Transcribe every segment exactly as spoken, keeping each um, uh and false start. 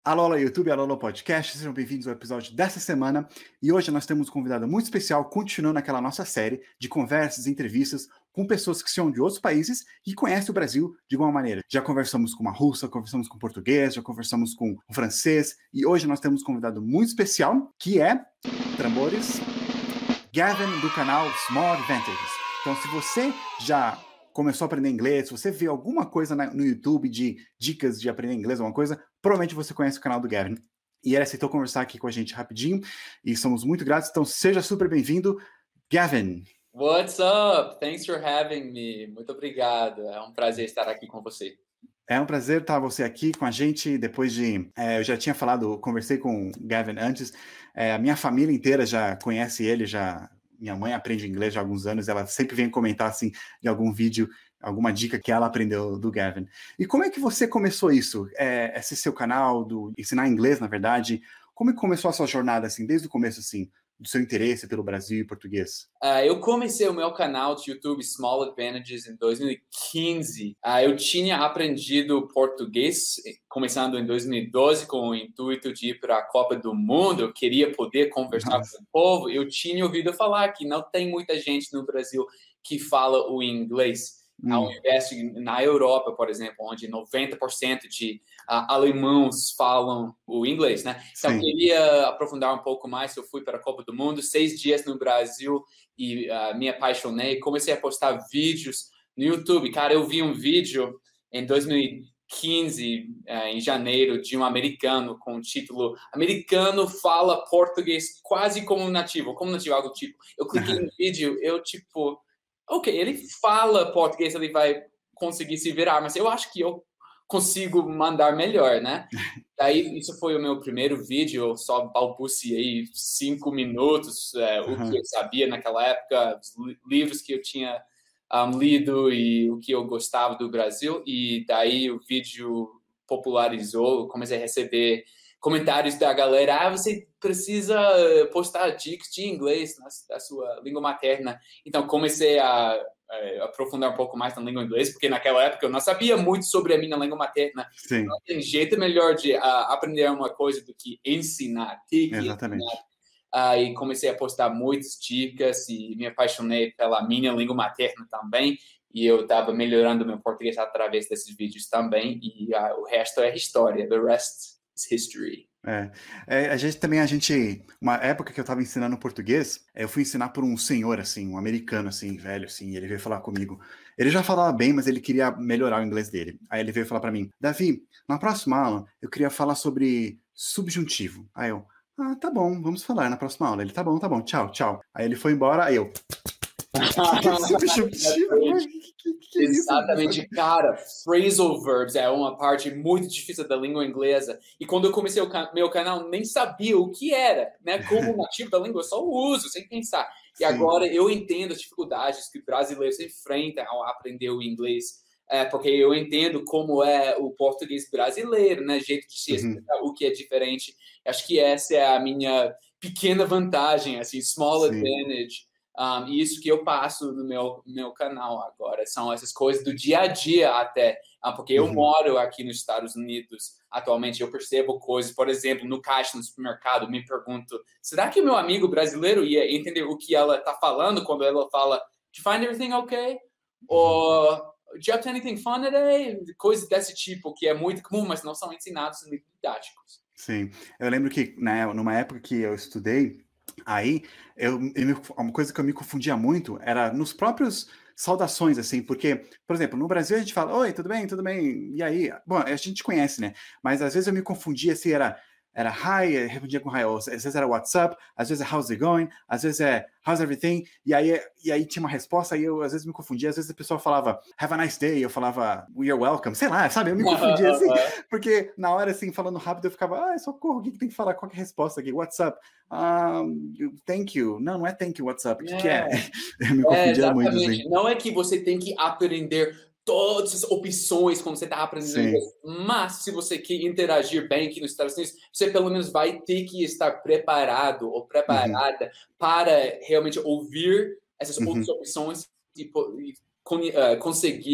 Alô, alô, YouTube, alô, alô, podcast, sejam bem-vindos ao episódio dessa semana. E hoje nós temos um convidado muito especial, continuando aquela nossa série de conversas e entrevistas com pessoas que são de outros países e conhecem o Brasil de alguma maneira. Já conversamos com uma russa, conversamos com português, já conversamos com um francês, e hoje nós temos um convidado muito especial, que é, tambores, Gavin, do canal Small Advantages. Então, se você já começou a aprender inglês, se você vê alguma coisa na, no YouTube de dicas de aprender inglês, alguma coisa, provavelmente você conhece o canal do Gavin. E ele aceitou conversar aqui com a gente rapidinho, e somos muito gratos, então seja super bem-vindo, Gavin. What's up? Thanks for having me. Muito obrigado. É um prazer estar aqui com você. É um prazer estar você aqui com a gente, depois de... É, eu já tinha falado, conversei com o Gavin antes, é, a minha família inteira já conhece ele, já... Minha mãe aprende inglês já há alguns anos, ela sempre vem comentar, assim, em algum vídeo, alguma dica que ela aprendeu do Gavin. E como é que você começou isso? É, esse seu canal, do ensinar inglês, na verdade, como é que começou a sua jornada, assim, desde o começo, assim, do seu interesse pelo Brasil e português? Uh, eu comecei o meu canal de YouTube Small Advantages em dois mil e quinze. Uh, eu tinha aprendido português, começando em dois mil e doze, com o intuito de ir para a Copa do Mundo. Eu queria poder conversar Nossa. com o povo. Eu tinha ouvido falar que não tem muita gente no Brasil que fala o inglês. Hum. Ao invés de, na Europa, por exemplo, onde noventa por cento de uh, alemãos falam o inglês, né? Então, Sim. eu queria aprofundar um pouco mais. Eu fui para a Copa do Mundo, seis dias no Brasil, e uh, me apaixonei. Comecei a postar vídeos no YouTube. Cara, eu vi um vídeo em dois mil e quinze, uh, em janeiro, de um americano com o título "Americano fala português quase como nativo", como nativo, algo tipo. Eu cliquei no vídeo, eu, tipo... Ok, ele fala português, ele vai conseguir se virar, mas eu acho que eu consigo mandar melhor, né? Daí, isso foi o meu primeiro vídeo, eu só balbuciei cinco minutos, é, Uhum. o que eu sabia naquela época, os livros que eu tinha um, lido e o que eu gostava do Brasil, e daí o vídeo popularizou, comecei a receber comentários da galera: ah, você precisa postar dicas de inglês na, na sua língua materna. Então, comecei a, a aprofundar um pouco mais na língua inglesa, porque naquela época eu não sabia muito sobre a minha língua materna. Sim. Não tem jeito melhor de uh, aprender uma coisa do que ensinar, ter que Exatamente. ensinar. Uh, e comecei a postar muitas dicas e me apaixonei pela minha língua materna também. E eu estava melhorando meu português através desses vídeos também. E uh, o resto é história. The rest is history. É. É, a gente também, a gente, uma época que eu tava ensinando português, eu fui ensinar por um senhor, assim, um americano, assim, velho, assim, e ele veio falar comigo. Ele já falava bem, mas ele queria melhorar o inglês dele. Aí ele veio falar pra mim: Davi, na próxima aula, eu queria falar sobre subjuntivo. Aí eu: ah, tá bom, vamos falar na próxima aula. Ele: tá bom, tá bom, tchau, tchau. Aí ele foi embora, aí eu... que, que é subjuntivo? Que, que, que é Exatamente, isso? cara. Phrasal verbs é uma parte muito difícil da língua inglesa. E quando eu comecei o can meu canal, nem sabia o que era, né? Como nativo da língua, eu só uso, sem pensar. E Sim. agora eu entendo as dificuldades que brasileiros enfrentam ao aprender o inglês. É, porque eu entendo como é o português brasileiro, né? Jeito de se expressar, uhum. O que é diferente. Acho que essa é a minha pequena vantagem, assim, small Sim. advantage. Um, e isso que eu passo no meu, meu canal agora. São essas coisas do dia a dia até. Um, porque eu uhum. moro aqui nos Estados Unidos atualmente. Eu percebo coisas, por exemplo, no caixa, no supermercado, me pergunto: será que o meu amigo brasileiro ia entender o que ela está falando quando ela fala "Did you find everything okay?" Uhum. Ou "Did you have anything fun today?" Coisas desse tipo, que é muito comum, mas não são ensinados em livros didáticos. Sim. Eu lembro que, né, numa época que eu estudei, aí, eu, eu, uma coisa que eu me confundia muito era nos próprios saudações, assim, porque, por exemplo, no Brasil a gente fala: oi, tudo bem, tudo bem, e aí? Bom, a gente conhece, né? Mas às vezes eu me confundia se era, era hi, eu respondia com hi, ou às vezes era what's up, às vezes é how's it going, às vezes é how's everything, e aí, e aí tinha uma resposta, aí eu às vezes me confundia, às vezes a pessoa falava have a nice day, eu falava you're welcome, sei lá, sabe? Eu me confundia, assim, porque na hora, assim, falando rápido, eu ficava: ah, socorro, o que, que tem que falar? Qual que é a resposta aqui? What's up? Um, thank you. Não, não é thank you, what's up? O que, é. que é? Eu me confundia é, exatamente. muito, assim. Não é que você tem que aprender todas as opções quando você está aprendendo inglês, mas se você quer interagir bem aqui nos Estados Unidos, você pelo menos vai ter que estar preparado ou preparada uhum. para realmente ouvir essas uhum. outras opções e, e uh, conseguir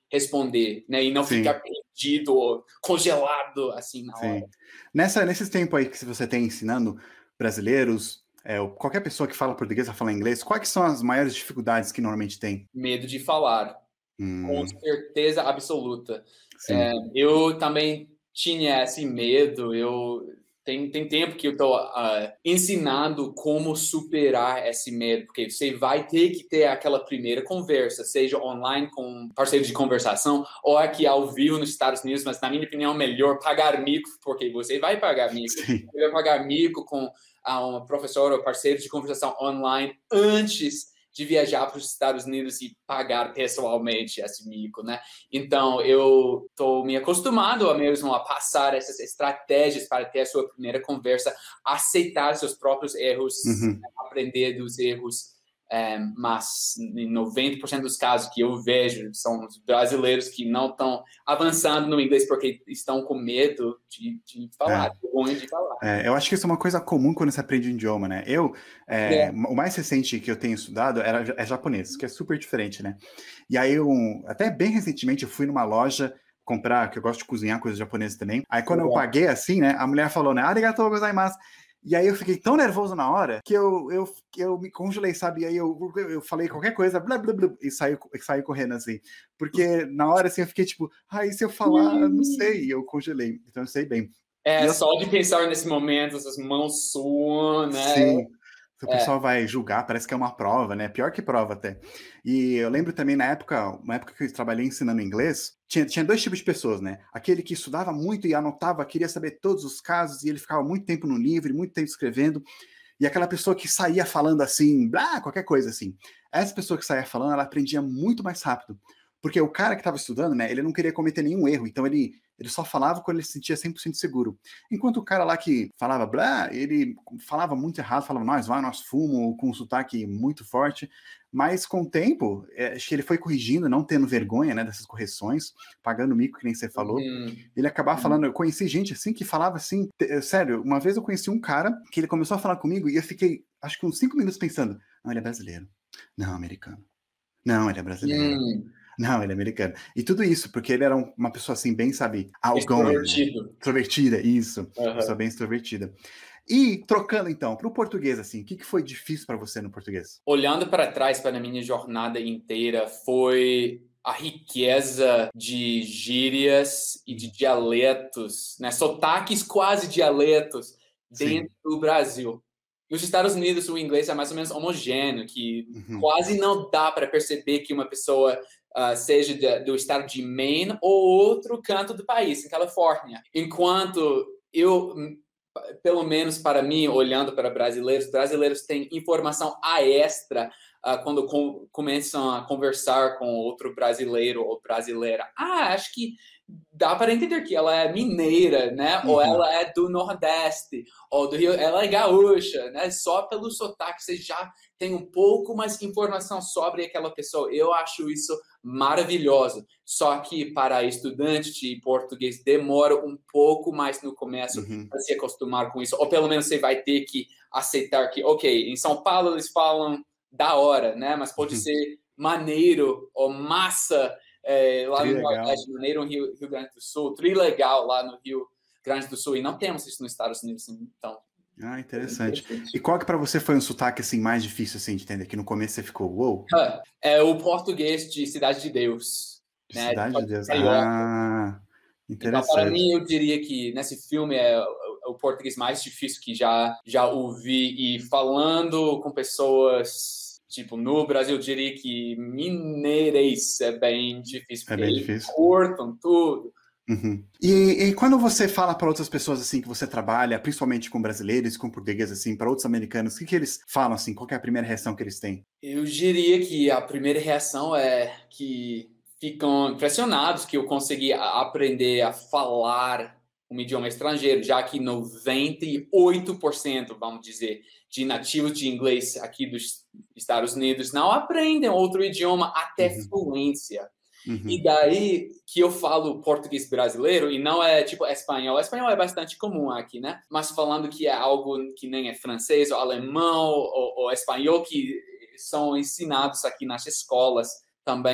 responder, né? E não Sim. ficar perdido ou congelado assim na Sim. hora. Nessa, nesses tempos aí que você tem ensinando brasileiros, é, qualquer pessoa que fala português, vai falar inglês, quais que são as maiores dificuldades que normalmente tem? Medo de falar, Hum, com certeza absoluta. sim. É, eu também tinha esse medo, eu tem, tem tempo que eu estou uh, ensinando como superar esse medo, porque você vai ter que ter aquela primeira conversa, seja online com um parceiro de conversação, ou aqui ao vivo nos Estados Unidos, mas na minha opinião é melhor pagar mico, porque você vai pagar mico. Sim. Você vai pagar mico com uh, uma professora ou parceiro de conversação online antes de viajar para os Estados Unidos e pagar pessoalmente esse mico, né? Então, eu estou me acostumado a mesmo a passar essas estratégias para ter a sua primeira conversa, aceitar seus próprios erros, Uhum. aprender dos erros, é, mas em noventa por cento dos casos que eu vejo são os brasileiros que não estão avançando no inglês porque estão com medo de, de falar, É. ruim de falar. É, eu acho que isso é uma coisa comum quando você aprende um idioma, né? Eu, é, É. o mais recente que eu tenho estudado era, é japonês, que é super diferente, né? E aí, eu, até bem recentemente, eu fui numa loja comprar, que eu gosto de cozinhar coisas japonesas também. Aí, quando eu paguei assim, né? A mulher falou, né? Arigatou gozaimasu. E aí, eu fiquei tão nervoso na hora que eu, eu, eu me congelei, sabe? E aí, eu, eu falei qualquer coisa, blá, blá, blá, e saí, saí correndo, assim. Porque na hora, assim, eu fiquei tipo, ai, ah, se eu falar, não sei. E eu congelei. Então, eu sei bem. É, eu... só de pensar nesse momento, essas mãos suam, né? Sim. O É. pessoal vai julgar, parece que é uma prova, né? Pior que prova até. E eu lembro também na época, uma época que eu trabalhei ensinando inglês, tinha, tinha dois tipos de pessoas, né? Aquele que estudava muito e anotava, queria saber todos os casos, e ele ficava muito tempo no livro, muito tempo escrevendo. E aquela pessoa que saía falando assim, blá, qualquer coisa assim. Essa pessoa que saía falando, ela aprendia muito mais rápido. Porque o cara que estava estudando, né, ele não queria cometer nenhum erro, então ele, ele só falava quando ele se sentia cem por cento seguro. Enquanto o cara lá que falava blá, ele falava muito errado, falava nós vai, nós fumo, com um sotaque muito forte, mas com o tempo, é, acho que ele foi corrigindo, não tendo vergonha, né, dessas correções, pagando mico, que nem você falou, Uhum. ele acabava falando, eu conheci gente assim, que falava assim, sério, uma vez eu conheci um cara, que ele começou a falar comigo, e eu fiquei, acho que uns cinco minutos pensando, não, ele é brasileiro, não, americano, não, ele é brasileiro, Hum. não, ele é americano. E tudo isso, porque ele era um, uma pessoa assim, bem, sabe, outgoing, né? Extrovertida, isso. Uhum. Pessoa bem extrovertida. E trocando então, para o português, assim, o que, que foi difícil para você no português? Olhando para trás, para a minha jornada inteira, foi a riqueza de gírias e de dialetos, né? Sotaques quase dialetos dentro Sim. do Brasil. Nos Estados Unidos, o inglês é mais ou menos homogêneo, que uhum. quase não dá para perceber que uma pessoa uh, seja de, do estado de Maine ou outro canto do país, em Califórnia. Enquanto eu, pelo menos para mim, olhando para brasileiros, brasileiros têm informação a extra uh, quando com, começam a conversar com outro brasileiro ou brasileira. Ah, acho que dá para entender que ela é mineira, né? Uhum. Ou ela é do Nordeste, ou do Rio, ela é gaúcha, né? Só pelo sotaque você já tem um pouco mais informação sobre aquela pessoa. Eu acho isso maravilhoso. Só que para estudante de português demora um pouco mais no começo uhum. para se acostumar com isso. Ou pelo menos você vai ter que aceitar que, ok, em São Paulo eles falam da hora, né? Mas pode uhum. ser maneiro ou massa. É, lá no Nordeste, no Rio, Rio, Rio Grande do Sul, trilegal lá no Rio Grande do Sul, e não temos isso nos Estados Unidos, então... Ah, interessante. É interessante. E qual que para você foi um sotaque assim, mais difícil assim, de entender? Que no começo você ficou, uou? Wow. É o português de Cidade de Deus. De né? Cidade de, de Deus, Carioca. Ah, interessante. Então, para mim, eu diria que nesse filme é o português mais difícil que já, já ouvi, e falando com pessoas... Tipo, no Brasil, eu diria que mineirês é bem difícil. É bem difícil. Cortam tudo. Uhum. E, e quando você fala para outras pessoas assim que você trabalha, principalmente com brasileiros, com portugueses, assim, para outros americanos, o que, que eles falam assim? Qual que é a primeira reação que eles têm? Eu diria que a primeira reação é que ficam impressionados que eu consegui aprender a falar um idioma estrangeiro, já que noventa e oito por cento, vamos dizer, de nativos de inglês aqui dos Estados Unidos não aprendem outro idioma até uhum. fluência. Uhum. E daí que eu falo português brasileiro, e não é tipo espanhol. Espanhol é bastante comum aqui, né? Mas falando que é algo que nem é francês, ou alemão, ou, ou espanhol, que são ensinados aqui nas escolas também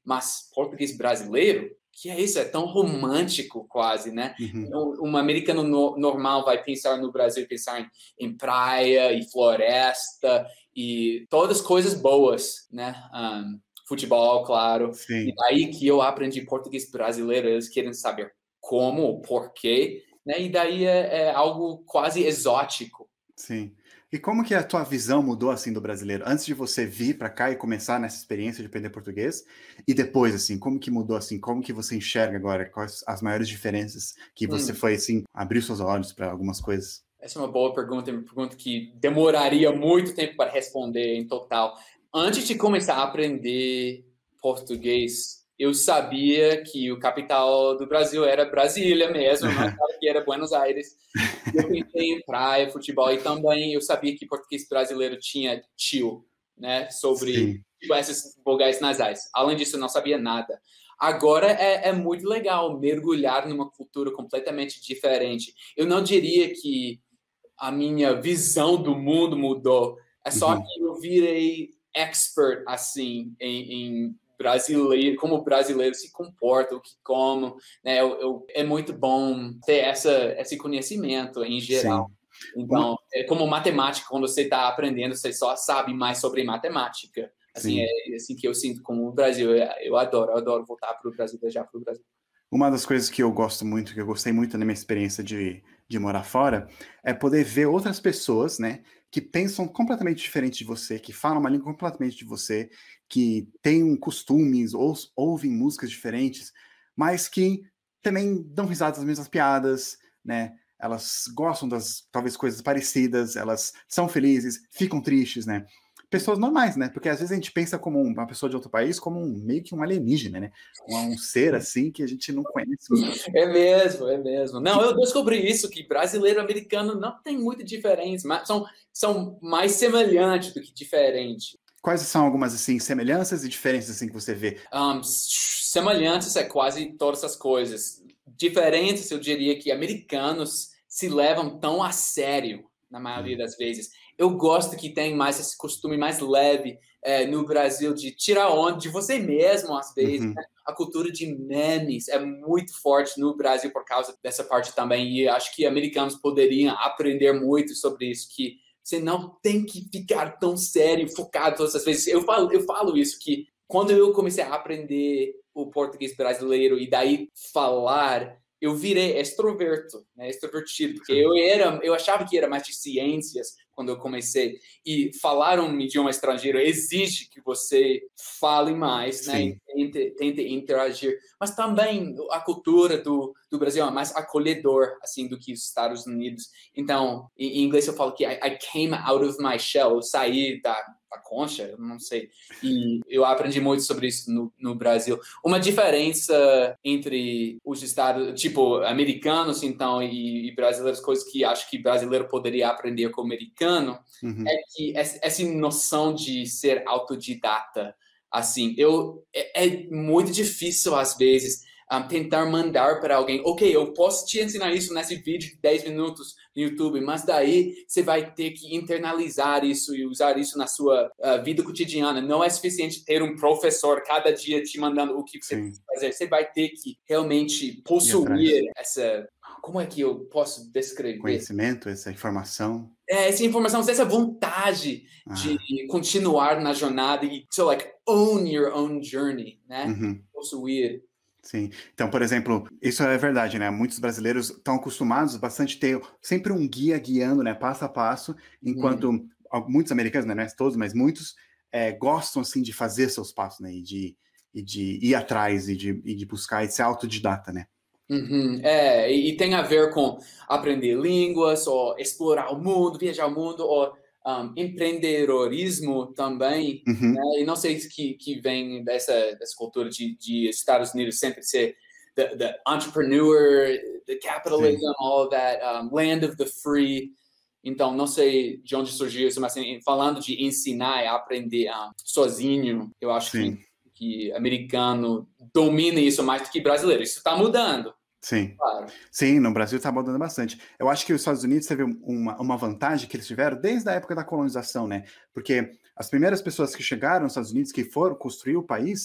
mas português brasileiro, que é isso? É tão romântico quase, né? Uhum. Um, um americano no, normal vai pensar no Brasil, pensar em, em praia e floresta e todas coisas boas, né? Um, futebol, claro. Sim. E daí que eu aprendi português brasileiro, eles querem saber como, porquê, né? E daí é, é algo quase exótico. Sim. E como que a tua visão mudou, assim, do brasileiro? Antes de você vir para cá e começar nessa experiência de aprender português, e depois, assim, como que mudou, assim? Como que você enxerga agora? Quais as maiores diferenças que você Hum. foi, assim, abrir seus olhos para algumas coisas? Essa é uma boa pergunta, é uma pergunta que demoraria muito tempo para responder em total. Antes de começar a aprender português, eu sabia que o capital do Brasil era Brasília mesmo, eu não sabia que era Buenos Aires. Eu pensei em praia, futebol, e também eu sabia que português brasileiro tinha tio, né, sobre tipo, essas vogais nasais. Além disso, eu não sabia nada. Agora é, é muito legal mergulhar numa cultura completamente diferente. Eu não diria que a minha visão do mundo mudou. É só Uhum. que eu virei expert, assim, em, em brasileiro, como o brasileiro se comporta, o que como, né? Eu, eu, é muito bom ter essa, esse conhecimento em geral. Sim. Uma... Então, é como matemática, quando você está aprendendo, você só sabe mais sobre matemática. Assim, Sim. é assim que eu sinto como o Brasil. Eu, eu adoro, eu adoro voltar para o Brasil, viajar para o Brasil. Uma das coisas que eu gosto muito, que eu gostei muito na minha experiência de, de morar fora, é poder ver outras pessoas, né, que pensam completamente diferente de você, que falam uma língua completamente de você, que têm costumes, ou, ouvem músicas diferentes, mas que também dão risada das mesmas piadas, né? Elas gostam das, talvez, coisas parecidas, elas são felizes, ficam tristes, né? Pessoas normais, né? Porque às vezes a gente pensa como uma pessoa de outro país como um, meio que um alienígena, né? Um, um ser assim que a gente não conhece muito. É mesmo, é mesmo. Não, eu descobri isso, que brasileiro e americano não tem muita diferença, mas são, são mais semelhantes do que diferentes. Quais são algumas assim semelhanças e diferenças assim que você vê? Um, semelhanças é quase todas as coisas. Diferentes, eu diria que americanos se levam tão a sério na maioria Hum. das vezes. Eu gosto que tem mais esse costume mais leve é, no Brasil de tirar onda de você mesmo, às vezes. Uhum. Né? A cultura de memes é muito forte no Brasil por causa dessa parte também. E acho que americanos poderiam aprender muito sobre isso, que você não tem que ficar tão sério, focado todas as vezes. Eu falo, eu falo isso, que quando eu comecei a aprender o português brasileiro e daí falar, eu virei extroverto, né? Extrovertido, porque eu era, eu achava que era mais de ciências quando eu comecei. E falar um idioma estrangeiro exige que você fale mais, né? E tente, tente interagir. Mas também a cultura do, do Brasil é mais acolhedor, assim, do que os Estados Unidos. Então, em inglês eu falo que I, I came out of my shell, eu saí da, da concha, eu não sei. E eu aprendi muito sobre isso no, no Brasil. Uma diferença entre os estados, tipo, americanos, então, e, e brasileiros, coisas que acho que brasileiro poderia aprender com americano, uhum. é que essa noção de ser autodidata, assim, eu, é, é muito difícil, às vezes, um, tentar mandar para alguém, ok, eu posso te ensinar isso nesse vídeo de dez minutos no YouTube, mas daí você vai ter que internalizar isso e usar isso na sua uh, vida cotidiana. Não é suficiente ter um professor cada dia te mandando o que você Sim. tem que fazer. Você vai ter que realmente possuir essa... Como é que eu posso descrever? Conhecimento, essa informação. É, essa informação, essa vontade ah. de continuar na jornada e, so, like, own your own journey, né? Uhum. Possuir. Sim. Então, por exemplo, isso é verdade, né? Muitos brasileiros estão acostumados bastante a ter sempre um guia guiando, né? Passo a passo, enquanto hum. muitos americanos, né? Não é todos, mas muitos é, gostam, assim, de fazer seus passos, né? E de, e de ir atrás e de, e de buscar e de ser autodidata, né? Uhum. É, e, e tem a ver com aprender línguas, ou explorar o mundo, viajar o mundo, ou um, empreendedorismo também, uhum. né? E não sei se que, que vem dessa, dessa cultura de, de Estados Unidos sempre ser the, the entrepreneur, the capitalism, Sim. all that, um, land of the free. Então, não sei de onde surgiu isso, mas assim, falando de ensinar e aprender um, sozinho, eu acho Sim. que que americano domina isso mais do que brasileiro. Isso está mudando. Sim. Claro. Sim, no Brasil está mudando bastante. Eu acho que os Estados Unidos teve uma, uma vantagem que eles tiveram desde a época da colonização, né? Porque as primeiras pessoas que chegaram nos Estados Unidos, que foram construir o país,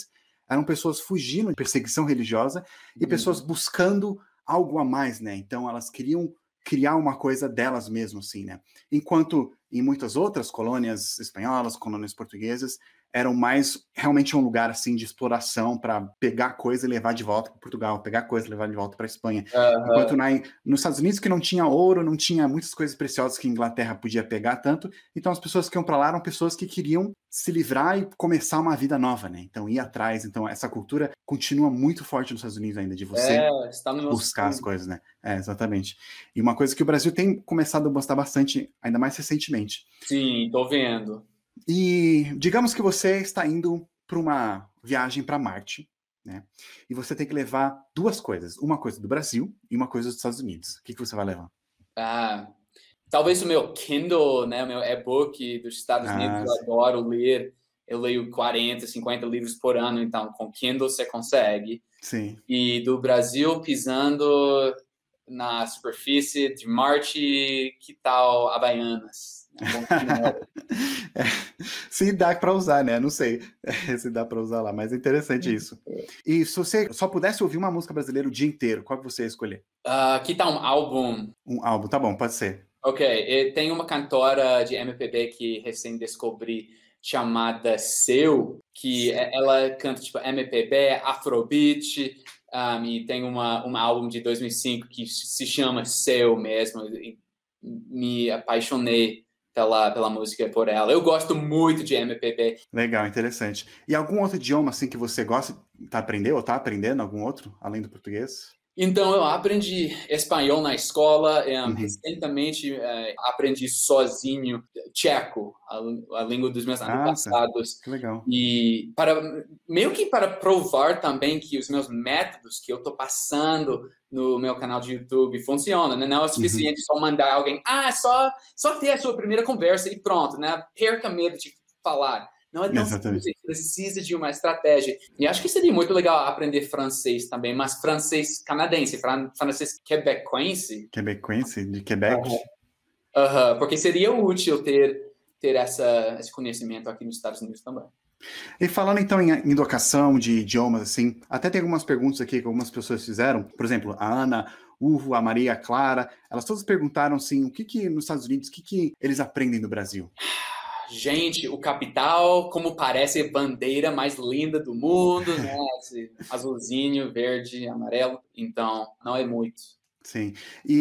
eram pessoas fugindo de perseguição religiosa e uhum. pessoas buscando algo a mais, né? Então elas queriam criar uma coisa delas mesmas, assim, né? Enquanto em muitas outras colônias espanholas, colônias portuguesas, eram mais realmente um lugar assim de exploração para pegar coisa e levar de volta para Portugal, pegar coisa e levar de volta para a Espanha. Uhum. Enquanto na, nos Estados Unidos, que não tinha ouro, não tinha muitas coisas preciosas que a Inglaterra podia pegar tanto, então as pessoas que iam para lá eram pessoas que queriam se livrar e começar uma vida nova, né? Então ir atrás, então essa cultura continua muito forte nos Estados Unidos ainda, de você é, está no buscar as coisas, né? É, exatamente. E uma coisa que o Brasil tem começado a mostrar bastante, ainda mais recentemente. Sim, tô vendo. E digamos que você está indo para uma viagem para Marte, né? E você tem que levar duas coisas, uma coisa do Brasil e uma coisa dos Estados Unidos. O que, que você vai levar? Ah, talvez o meu Kindle, né, o meu e-book dos Estados Unidos, ah, eu sim. adoro ler. Eu leio quarenta, cinquenta livros por ano, então com Kindle você consegue. Sim. E do Brasil, pisando na superfície de Marte, que tal Havaianas? É, se dá para usar, né? Não sei se dá para usar lá, mas é interessante isso. E se você só pudesse ouvir uma música brasileira o dia inteiro, qual que você ia escolher? Uh, que tal um álbum? Um álbum, tá bom, pode ser. Ok, tem uma cantora de M P B que recém descobri, chamada Seu, que ela canta tipo M P B, Afrobeat, um, e tem uma, um álbum de dois mil e cinco que se chama Seu mesmo, e me apaixonei pela, pela música por ela. Eu gosto muito de M P B. Legal, interessante. E algum outro idioma assim que você gosta, tá aprendendo ou tá aprendendo algum outro, além do português? Então, eu aprendi espanhol na escola, um, uhum. recentemente uh, aprendi sozinho tcheco, a, a língua dos meus antepassados. Ah, que legal. E para, meio que para provar também que os meus métodos que eu estou passando no meu canal de YouTube funcionam, né? Não é o suficiente uhum. só mandar alguém, ah, só, só ter a sua primeira conversa e pronto, né? Perca medo de falar. Não é tão simples, precisa de uma estratégia. E acho que seria muito legal aprender francês também, mas francês canadense, francês quebecoense. Quebecoense, de Quebec. Uhum. Uhum, porque seria útil ter, ter essa, esse conhecimento aqui nos Estados Unidos também. E falando então em, em educação de idiomas, assim, até tem algumas perguntas aqui que algumas pessoas fizeram. Por exemplo, a Ana, Uvo, a Maria, a Clara, elas todas perguntaram assim, o que que nos Estados Unidos, o que que eles aprendem do Brasil? Gente, o capital, como parece a bandeira mais linda do mundo, né? Esse azulzinho, verde, amarelo. Então, não é muito. Sim.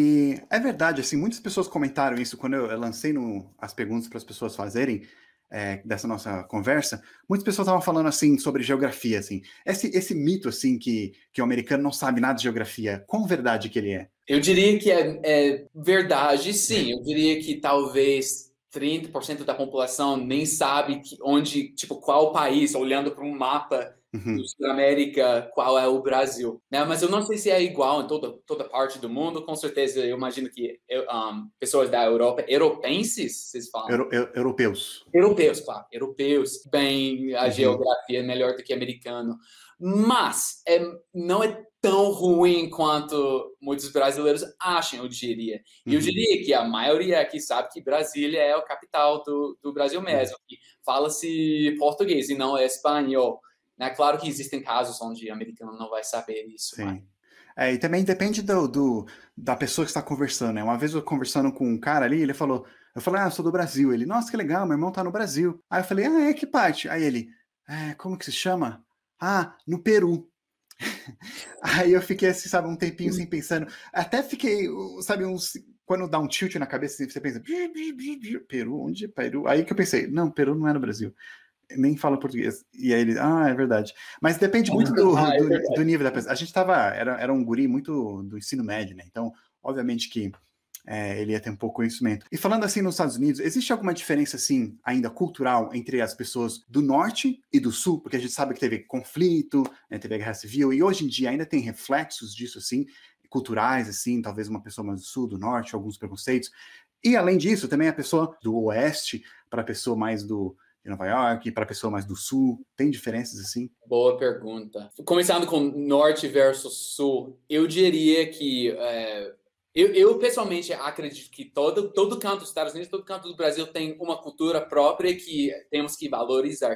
E é verdade, assim, muitas pessoas comentaram isso quando eu lancei no, as perguntas para as pessoas fazerem é, dessa nossa conversa. Muitas pessoas estavam falando, assim, sobre geografia, assim. Esse, esse mito, assim, que, que o americano não sabe nada de geografia, quão verdade que ele é? Eu diria que é, é verdade, sim. Eu diria que talvez trinta por cento da população nem sabe que, onde, tipo, qual país, olhando para um mapa uhum. do Sul-América, qual é o Brasil. Né? Mas eu não sei se é igual em toda, toda parte do mundo. Com certeza, eu imagino que um, pessoas da Europa, europenses, vocês falam? Euro, eu, europeus. Europeus, claro. Europeus. Bem, a uhum. geografia é melhor do que americano. Mas é, não é tão ruim quanto muitos brasileiros acham, eu diria. E eu diria que a maioria aqui sabe que Brasília é a capital do, do Brasil mesmo, que fala-se português e não é espanhol. É claro que existem casos onde o americano não vai saber isso. Sim. Mas... É, e também depende do, do, da pessoa que está conversando, né? Uma vez eu conversando com um cara ali, ele falou, eu falei, ah, eu sou do Brasil. Ele, nossa, que legal, meu irmão tá no Brasil. Aí eu falei, ah, é, que parte? Aí ele, é, como que se chama? Ah, no Peru. Aí eu fiquei assim, sabe, um tempinho assim pensando, até fiquei, sabe, uns, quando dá um tilt na cabeça, você pensa, Peru, onde é Peru? Aí que eu pensei, não, Peru não é no Brasil, nem fala português. E aí ele, ah, é verdade. Mas depende muito do, ah, é do, do nível da pessoa. A gente tava, era, era um guri muito do ensino médio, né? Então, obviamente que É, ele ia ter um pouco conhecimento. E falando assim nos Estados Unidos, existe alguma diferença, assim, ainda cultural entre as pessoas do norte e do sul? Porque a gente sabe que teve conflito, né, teve a guerra civil, e hoje em dia ainda tem reflexos disso, assim, culturais, assim, talvez uma pessoa mais do sul, do norte, alguns preconceitos. E além disso, também a pessoa do oeste para a pessoa mais do de Nova York, para a pessoa mais do sul, tem diferenças assim? Boa pergunta. Começando com norte versus sul, eu diria que é... Eu, eu, pessoalmente, acredito que todo, todo canto dos Estados Unidos, todo canto do Brasil tem uma cultura própria que temos que valorizar.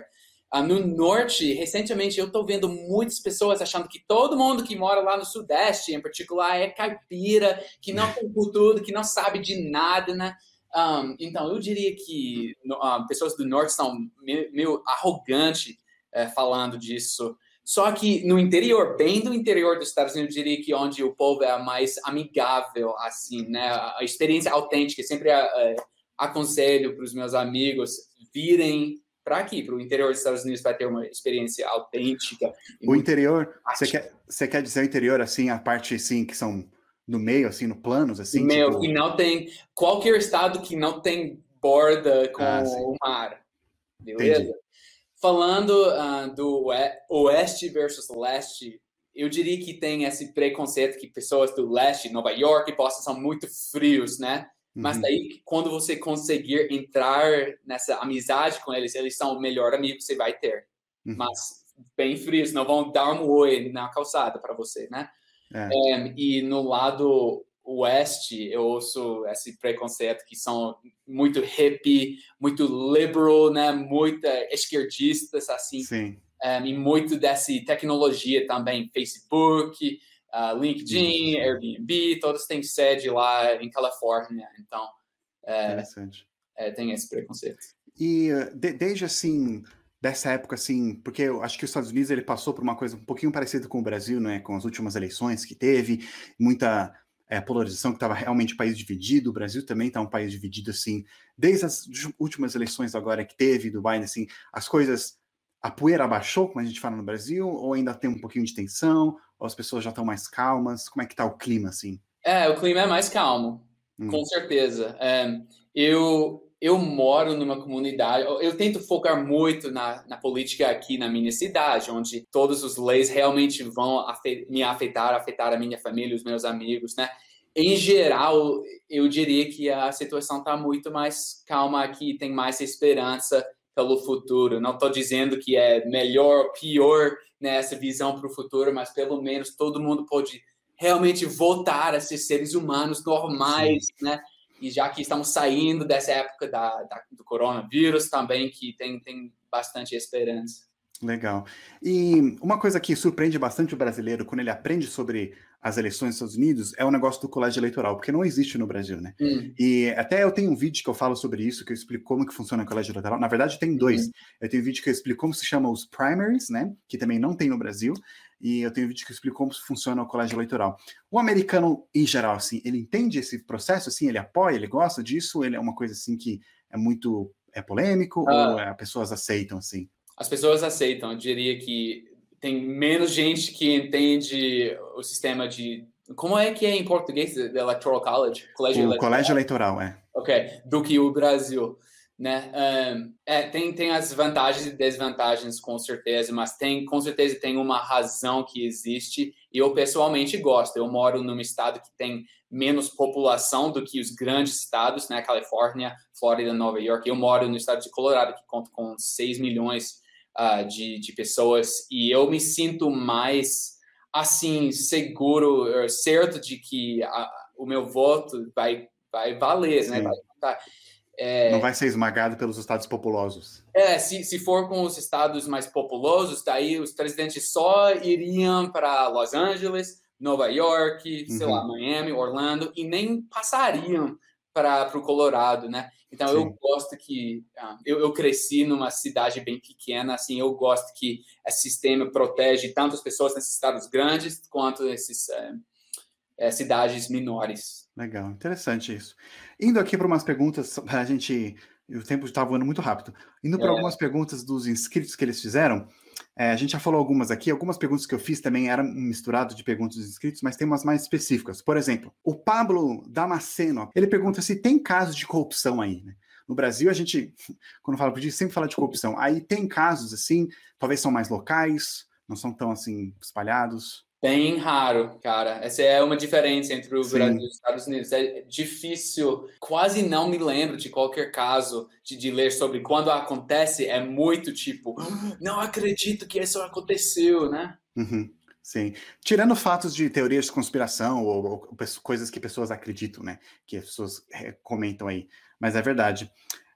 Uh, no norte, recentemente, eu estou vendo muitas pessoas achando que todo mundo que mora lá no sudeste, em particular, é caipira, que não tem cultura, que não sabe de nada, né? Um, então, eu diria que uh, pessoas do norte são meio, meio arrogantes uh, falando disso. Só que no interior, bem do interior dos Estados Unidos, eu diria que onde o povo é mais amigável, assim, né? A experiência autêntica, sempre uh, aconselho para os meus amigos virem para aqui, para o interior dos Estados Unidos, para ter uma experiência autêntica. O interior, você quer, você quer dizer o interior, assim, a parte, assim, que são no meio, assim, no planos, assim? Meu, tipo... que não tem... Qualquer estado que não tem borda com ah, o mar. Beleza? Entendi. Falando uh, do oeste versus leste, eu diria que tem esse preconceito que pessoas do leste, Nova York e Boston, são muito frios, né? Uhum. Mas daí, quando você conseguir entrar nessa amizade com eles, eles são o melhor amigo que você vai ter. Uhum. Mas bem frios, não vão dar um oi na calçada para você, né? É. É, e no lado oeste, eu ouço esse preconceito que são muito hippie, muito liberal, né? Muito esquerdistas, assim. Sim. Um, e muito dessa tecnologia também, Facebook, uh, LinkedIn, uhum. Airbnb, todos têm sede lá em Califórnia. Então, é, interessante. É, tem esse preconceito. E de, desde, assim, dessa época, assim, porque eu acho que os Estados Unidos ele passou por uma coisa um pouquinho parecida com o Brasil, né? Com as últimas eleições que teve, muita... É, polarização, que estava realmente um país dividido. O Brasil também está um país dividido, assim, desde as últimas eleições agora que teve, do Biden, assim, as coisas, a poeira abaixou, como a gente fala no Brasil, ou ainda tem um pouquinho de tensão, ou as pessoas já estão mais calmas? Como é que está o clima, assim? É, o clima é mais calmo, hum. com certeza. É, eu, eu moro numa comunidade, eu, eu tento focar muito na, na política aqui na minha cidade, onde todas as leis realmente vão afet, me afetar, afetar a minha família, os meus amigos, né? Em geral, eu diria que a situação está muito mais calma aqui, tem mais esperança pelo futuro. Não estou dizendo que é melhor, pior, né, essa visão para o futuro, mas pelo menos todo mundo pode realmente voltar a ser seres humanos normais, Sim. né? E já que estamos saindo dessa época da, da, do coronavírus também, que tem, tem bastante esperança. Legal. E uma coisa que surpreende bastante o brasileiro quando ele aprende sobre as eleições dos Estados Unidos é o negócio do colégio eleitoral, porque não existe no Brasil, né? Hum. E até eu tenho um vídeo que eu falo sobre isso, que eu explico como que funciona o colégio eleitoral. Na verdade, tem dois. Hum. Eu tenho um vídeo que eu explico como se chama os primaries, né? Que também não tem no Brasil. E eu tenho um vídeo que eu explico como funciona o colégio eleitoral. O americano, em geral, assim, ele entende esse processo, assim, ele apoia, ele gosta disso, ele é uma coisa, assim, que é muito é polêmico, ah. ou as pessoas aceitam, assim? As pessoas aceitam. Eu diria que tem menos gente que entende o sistema de... Como é que é em português? The Electoral College? Colégio o eleitoral. colégio eleitoral, é. Ok, do que o Brasil, né? Um, é, tem, tem as vantagens e desvantagens, com certeza, mas tem, com certeza tem uma razão que existe e eu pessoalmente gosto. Eu moro num estado que tem menos população do que os grandes estados, né? Califórnia, Flórida, Nova York. Eu moro no estado de Colorado, que conta com seis milhões Uh, de, de pessoas, e eu me sinto mais, assim, seguro, certo de que a, o meu voto vai, vai valer, né? Vai, tá, é, não vai ser esmagado pelos estados populosos. É, se, se for com os estados mais populosos, daí os presidentes só iriam para Los Angeles, Nova York, sei uhum. lá, Miami, Orlando, e nem passariam para o Colorado, né? Então, Sim. eu gosto que... Uh, eu, eu cresci numa cidade bem pequena, assim, eu gosto que esse sistema protege tanto as pessoas nesses estados grandes quanto essas uh, uh, cidades menores. Legal, interessante isso. Indo aqui para umas perguntas, para a gente... O tempo está voando muito rápido. Indo para é. algumas perguntas dos inscritos que eles fizeram, é, a gente já falou algumas aqui, algumas perguntas que eu fiz também eram misturado de perguntas dos inscritos, mas tem umas mais específicas. Por exemplo, o Pablo Damasceno, ele pergunta se tem casos de corrupção aí, né? No Brasil, a gente, quando fala por isso, sempre fala de corrupção. Aí tem casos, assim, talvez são mais locais, não são tão, assim, espalhados. Bem raro, cara. Essa é uma diferença entre o Sim. Brasil e os Estados Unidos. É difícil, quase não me lembro de qualquer caso de, de ler sobre quando acontece. É muito tipo, não acredito que isso aconteceu, né? Uhum. Sim. Tirando fatos de teorias de conspiração ou, ou coisas que pessoas acreditam, né? Que as pessoas é, comentam aí. Mas é verdade.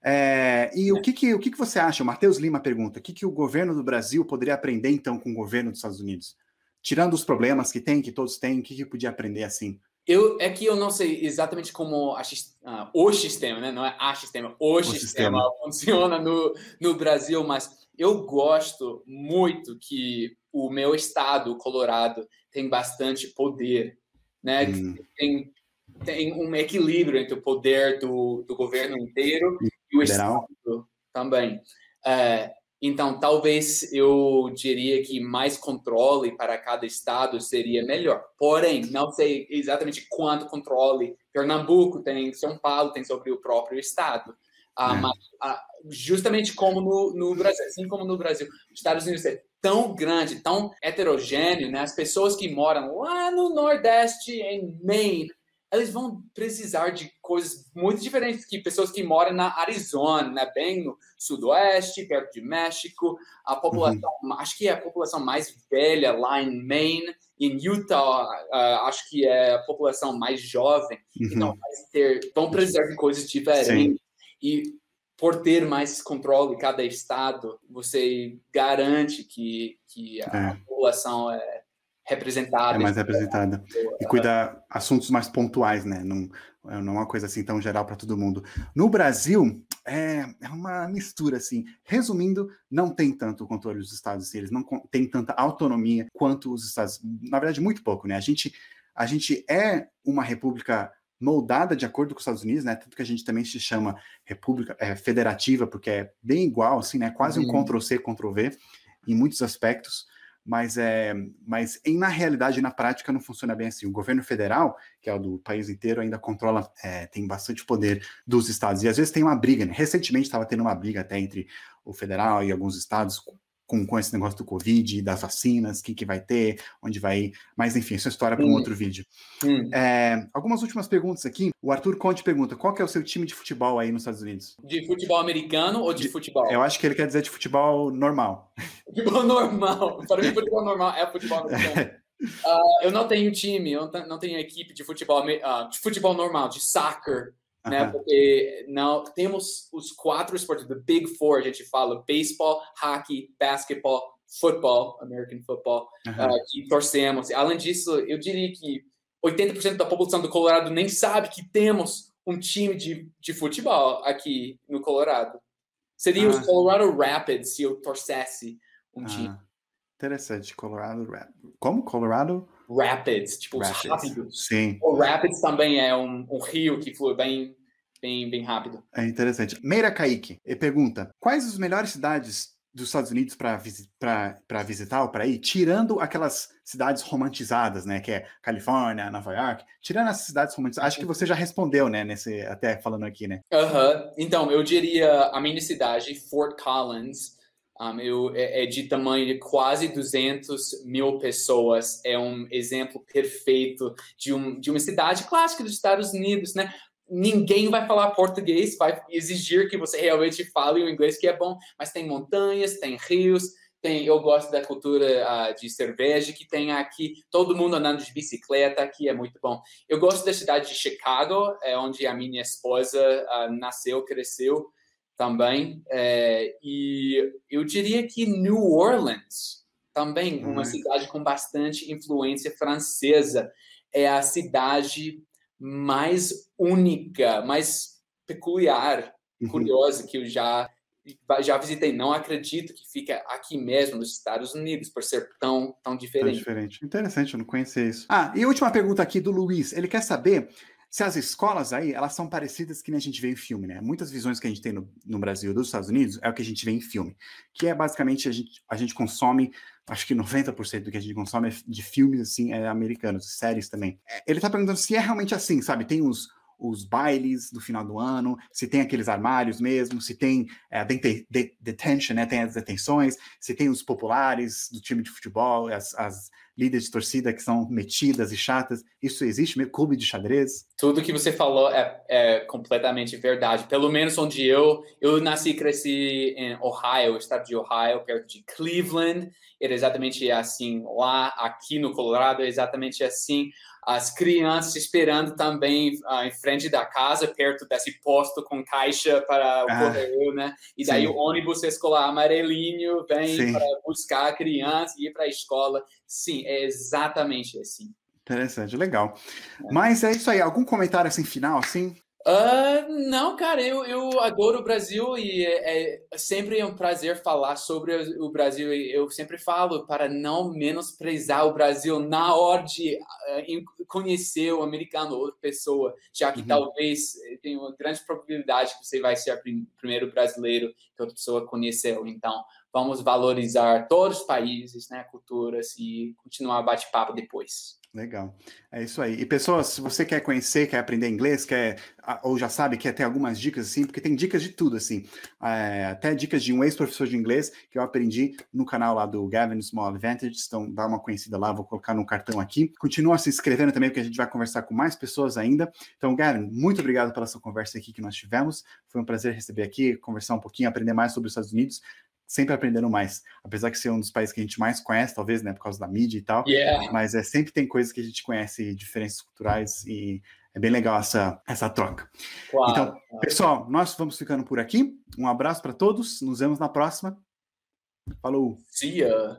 É, e é. o, que, que, o que, que você acha? O Matheus Lima pergunta, o que, que o governo do Brasil poderia aprender, então, com o governo dos Estados Unidos? Tirando os problemas que tem, que todos têm, o que, que podia aprender assim? Eu, é que eu não sei exatamente como a, uh, o sistema, né? Não é a sistema, o, o sistema, sistema funciona no, no Brasil, mas eu gosto muito que o meu estado, o Colorado, tem bastante poder, né? Hum. Tem, tem um equilíbrio entre o poder do, do governo inteiro e o Federal. estado também. Uh, Então, talvez eu diria que mais controle para cada estado seria melhor. Porém, não sei exatamente quanto controle Pernambuco tem, São Paulo tem sobre o próprio estado. Ah, é. Mas, ah, justamente como no, no Brasil, assim como no Brasil, os Estados Unidos é tão grande, tão heterogêneo, né? As pessoas que moram lá no Nordeste, em Maine, eles vão precisar de coisas muito diferentes que pessoas que moram na Arizona, né? Bem no sudoeste, perto de México. A população, uhum. acho que é a população mais velha lá em Maine. Em Utah, uh, acho que é a população mais jovem. Uhum. Então, vai ter, vão precisar de coisas diferentes. Sim. E por ter mais controle em cada estado, você garante que, que a é. população é representada. É mais representada. E cuida assuntos mais pontuais, né? Não, não é uma coisa assim tão geral para todo mundo. No Brasil, é, é uma mistura, assim. Resumindo, não tem tanto o controle dos estados, assim, eles não têm tanta autonomia quanto os estados. Na verdade, muito pouco, né? A gente, a gente é uma república moldada de acordo com os Estados Unidos, né? Tanto que a gente também se chama república é, federativa, porque é bem igual, assim, né? Quase um Ctrl-C, Ctrl-V em muitos aspectos. Mas, é, mas em, na realidade, na prática, não funciona bem assim. O governo federal, que é o do país inteiro, ainda controla, é, tem bastante poder dos estados. E às vezes tem uma briga, né? Recentemente estava tendo uma briga até entre o federal e alguns estados com, com esse negócio do Covid, das vacinas, quem que vai ter, onde vai ir. Mas, enfim, isso é história para um hum. outro vídeo. Hum. É, algumas últimas perguntas aqui. O Arthur Conte pergunta, qual que é o seu time de futebol aí nos Estados Unidos? De futebol americano ou de, de futebol? Eu acho que ele quer dizer de futebol normal. Futebol normal. Para mim, futebol normal é futebol americano. Uh, eu não tenho time, eu não tenho equipe de futebol, uh, de futebol normal, de soccer, uh-huh. né? Porque não, temos os quatro esportes, the Big Four, a gente fala, baseball, hockey, basketball, football, American football, uh-huh. uh, que torcemos. Além disso, eu diria que oitenta por cento da população do Colorado nem sabe que temos um time de, de futebol aqui no Colorado. Seria ah. os Colorado Rapids se eu torcesse um ah. time. Interessante, Colorado Rapids. Como? Colorado? Rapids, tipo Rapids. os rápidos. Sim. O Rapids também é um, um rio que flui bem, bem, bem rápido. É interessante. Meira Kaique pergunta, quais as melhores cidades dos Estados Unidos para visi visitar ou para ir, tirando aquelas cidades romantizadas, né, que é Califórnia, Nova York, tirando essas cidades romantizadas, acho que você já respondeu, né, nesse, até falando aqui, né? Uh-huh. Então, eu diria a minha cidade, Fort Collins, um, eu, é, é de tamanho de quase duzentas mil pessoas, é um exemplo perfeito de, um, de uma cidade clássica dos Estados Unidos, né? Ninguém vai falar português, vai exigir que você realmente fale o inglês, que é bom, mas tem montanhas, tem rios, tem, eu gosto da cultura uh, de cerveja que tem aqui, todo mundo andando de bicicleta aqui, é muito bom. Eu gosto da cidade de Chicago, é onde a minha esposa uh, nasceu, cresceu também, é, e eu diria que New Orleans, também uma uhum. cidade com bastante influência francesa, é a cidade mais única, mais peculiar, uhum. curiosa que eu já, já visitei. Não acredito que fica aqui mesmo nos Estados Unidos, por ser tão, tão diferente. Tão diferente. Interessante, eu não conhecia isso. Ah, e a última pergunta aqui do Luiz. Ele quer saber se as escolas aí, elas são parecidas que nem a gente vê em filme, né? Muitas visões que a gente tem no, no Brasil e dos Estados Unidos é o que a gente vê em filme, que é basicamente a gente, a gente consome, acho que noventa por cento do que a gente consome de filmes, assim, é americanos, séries também. Ele tá perguntando se é realmente assim, sabe? Tem os, os bailes do final do ano, se tem aqueles armários mesmo, se tem é, a dete de detention, né? Tem as detenções, se tem os populares do time de futebol, as, as líderes de torcida que são metidas e chatas. Isso existe mesmo? Clube de xadrez? Tudo que você falou é, é completamente verdade. Pelo menos onde eu... Eu nasci e cresci em Ohio, estado de Ohio, perto de Cleveland. Era exatamente assim lá. Aqui no Colorado é exatamente assim. As crianças esperando também uh, em frente da casa, perto desse posto com caixa para o ah, correio, né? E daí sim. O ônibus escolar amarelinho vem sim. Para buscar a criança e ir para a escola. Sim, é exatamente assim. Interessante, legal. É. Mas é isso aí. Algum comentário assim final, assim? Uh, não, cara, eu, eu adoro o Brasil e é, é sempre um prazer falar sobre o Brasil. Eu sempre falo para não menosprezar o Brasil na hora de uh, conhecer o americano ou outra pessoa, já que uhum. talvez tenha uma grande probabilidade que você vai ser o prim- primeiro brasileiro que outra pessoa conheceu. Então, vamos valorizar todos os países, né, culturas e continuar o bate-papo depois. Legal, é isso aí. E pessoas, se você quer conhecer, quer aprender inglês, quer ou já sabe, quer ter algumas dicas assim, porque tem dicas de tudo assim, é, até dicas de um ex-professor de inglês que eu aprendi no canal lá do Gavin Small Advantage, então dá uma conhecida lá, vou colocar no cartão aqui. Continua se inscrevendo também, porque a gente vai conversar com mais pessoas ainda. Então, Gavin, muito obrigado pela sua conversa aqui que nós tivemos. Foi um prazer receber aqui, conversar um pouquinho, aprender mais sobre os Estados Unidos. Sempre aprendendo mais, apesar de ser um dos países que a gente mais conhece, talvez, né, por causa da mídia e tal, yeah. Mas é, sempre tem coisas que a gente conhece, diferenças culturais, e é bem legal essa, essa troca. Claro, então, claro. Pessoal, nós vamos ficando por aqui, um abraço para todos, nos vemos na próxima, falou! See ya!